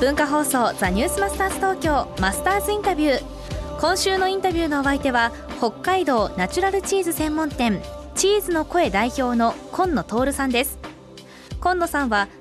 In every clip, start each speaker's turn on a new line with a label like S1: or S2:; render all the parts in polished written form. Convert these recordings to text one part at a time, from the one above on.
S1: 文化放送ザニュースマスターズ東京マスターズインタビュー。今週のインタビューのお相手は北海道ナチュラルチーズ専門店チーズの声代表の今野徹さんです。今野さんは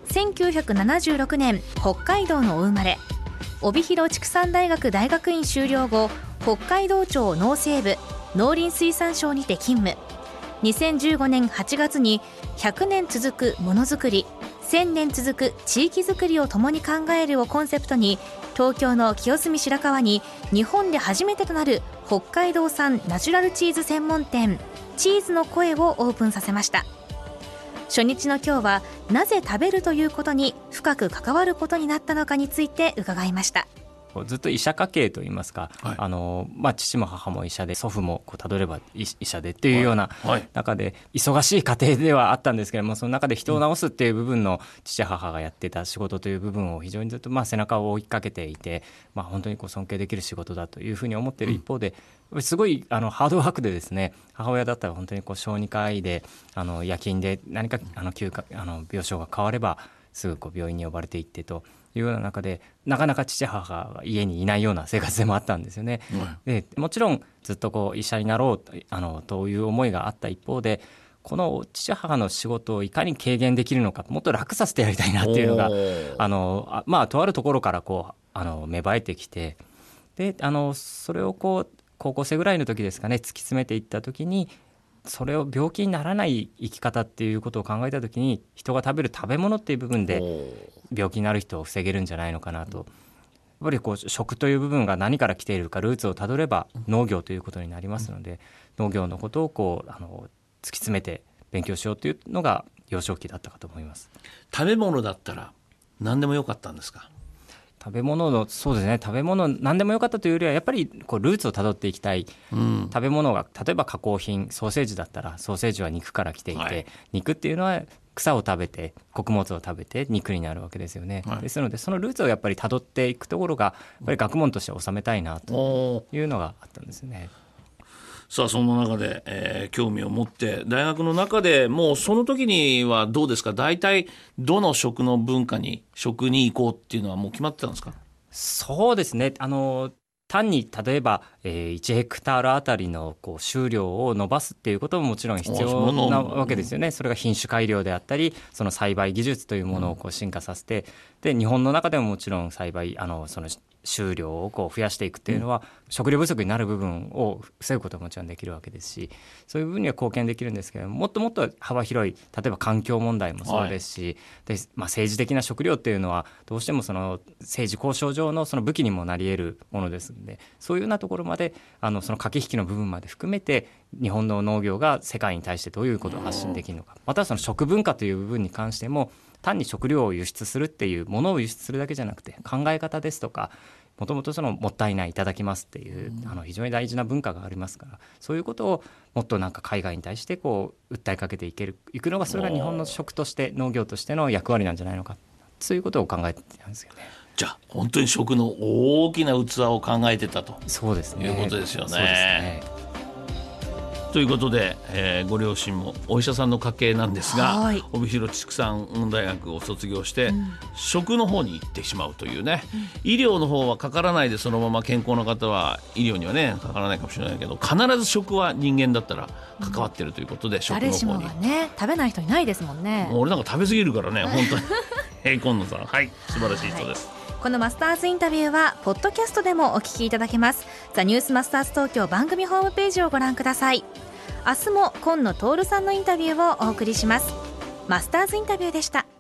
S1: 1976年北海道のお生まれ。帯広畜産大学大学院修了後、北海道庁農政部農林水産省にて勤務。2015年8月に100年続くものづくり、1000年続く地域づくりを共に考えるをコンセプトに、東京の清澄白河に日本で初めてとなる北海道産ナチュラルチーズ専門店チーズの声をオープンさせました。初日の今日は、なぜ食べるということに深く関わることになったのかについて伺いました。
S2: ずっと医者家系といいますか、
S3: はい、
S2: 父も母も医者で、祖父もたどれば医者でっていうような中で、忙しい家庭ではあったんですけれども、その中で人を治すっていう部分の父母がやってた仕事という部分を非常にずっと背中を追いかけていて、本当に尊敬できる仕事だというふうに思っている一方で、すごいハードワークでですね、母親だったら本当に小児科医で夜勤で何か病床が変わればすぐ病院に呼ばれていってというような中で、なかなか父母が家にいないような生活でもあったんですよね。でもちろんずっと医者になろうという思いがあった一方で、この父母の仕事をいかに軽減できるのか、もっと楽させてやりたいなっていうのがとあるところから芽生えてきて、でそれを高校生ぐらいの時ですかね、突き詰めていった時に、それを病気にならない生き方っていうことを考えた時に、人が食べる食べ物っていう部分で病気になる人を防げるんじゃないのかなと。やっぱり食という部分が何から来ているか、ルーツをたどれば農業ということになりますので、農業のことを突き詰めて勉強しようというのが幼少期だったかと思います。
S3: 食べ物だったら何でもよかったんですか？
S2: 食べ物そうですね、食べ物何でもよかったというよりは、やっぱりルーツをたどっていきたい、食べ物が例えば加工品、ソーセージだったらソーセージは肉から来ていて、肉っていうのは草を食べて穀物を食べて肉になるわけですよね。ですのでそのルーツをやっぱりたどっていくところが、やっぱり学問として収めたいなというのがあったんですね。
S3: さあ、その中で、興味を持って大学の中でもうその時にはどうですか？大体どの食の文化に食に行こうっていうのはもう決まってたんですか？
S2: そうですね、単に例えば、1ヘクタールあたりの収量を伸ばすっていうことももちろん必要なわけですよね。それが品種改良であったり、その栽培技術というものを進化させて、で日本の中でももちろん栽培その収量を増やしていくっていうのは、食料不足になる部分を防ぐことももちろんできるわけですし、そういう部分には貢献できるんですけども、もっともっと幅広い、例えば環境問題もそうですし、で政治的な食料っていうのはどうしてもその政治交渉上のその武器にもなり得るものですので、そういうようなところまでその駆け引きの部分まで含めて、日本の農業が世界に対してどういうことを発信できるのか、またはその食文化という部分に関しても、単に食料を輸出するっていうものを輸出するだけじゃなくて、考え方ですとか、もともともったいない、いただきますっていう非常に大事な文化がありますから、そういうことをもっと海外に対して訴えかけていくのが、それが日本の食として農業としての役割なんじゃないのか、そういうことを考えてたんですよね。
S3: じゃあ本当に食の大きな器を考えてたと
S2: そうですね、
S3: いうことですよね。
S2: そうですね。
S3: ということで、ご両親もお医者さんの家系なんですが、帯広畜産大学を卒業して、食の方に行ってしまうというね、医療の方はかからないでそのまま健康な方は医療にはねかからないかもしれないけど、必ず食は人間だったら関わってるということで、食の方に
S1: 誰しもがね、食べない人いないですもんね。
S3: もう俺なんか食べ過ぎるからね、本当に今野さん、はい、素晴らしい人です。
S1: このマスターズインタビューはポッドキャストでもお聞きいただけます。ザニュースマスターズ東京番組ホームページをご覧ください。明日も今野徹さんのインタビューをお送りします。マスターズインタビューでした。